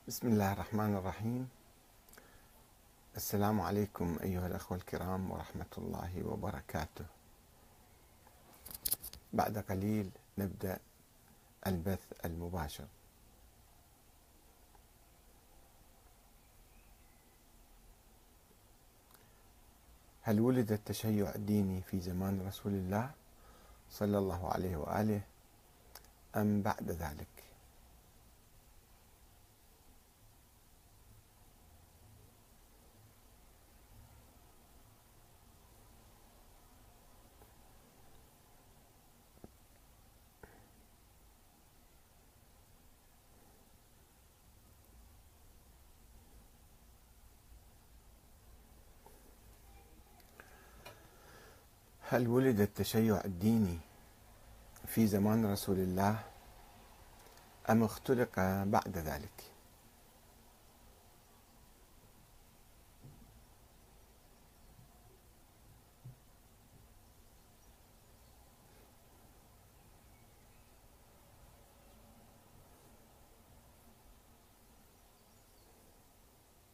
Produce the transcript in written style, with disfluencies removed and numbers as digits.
بسم الله الرحمن الرحيم. السلام عليكم أيها الأخوة الكرام ورحمة الله وبركاته. بعد قليل نبدأ البث المباشر. هل ولد التشيع الديني في زمان رسول الله صلى الله عليه وآله أم بعد ذلك؟ هل ولد التشيع الديني في زمان رسول الله أم اختلق بعد ذلك؟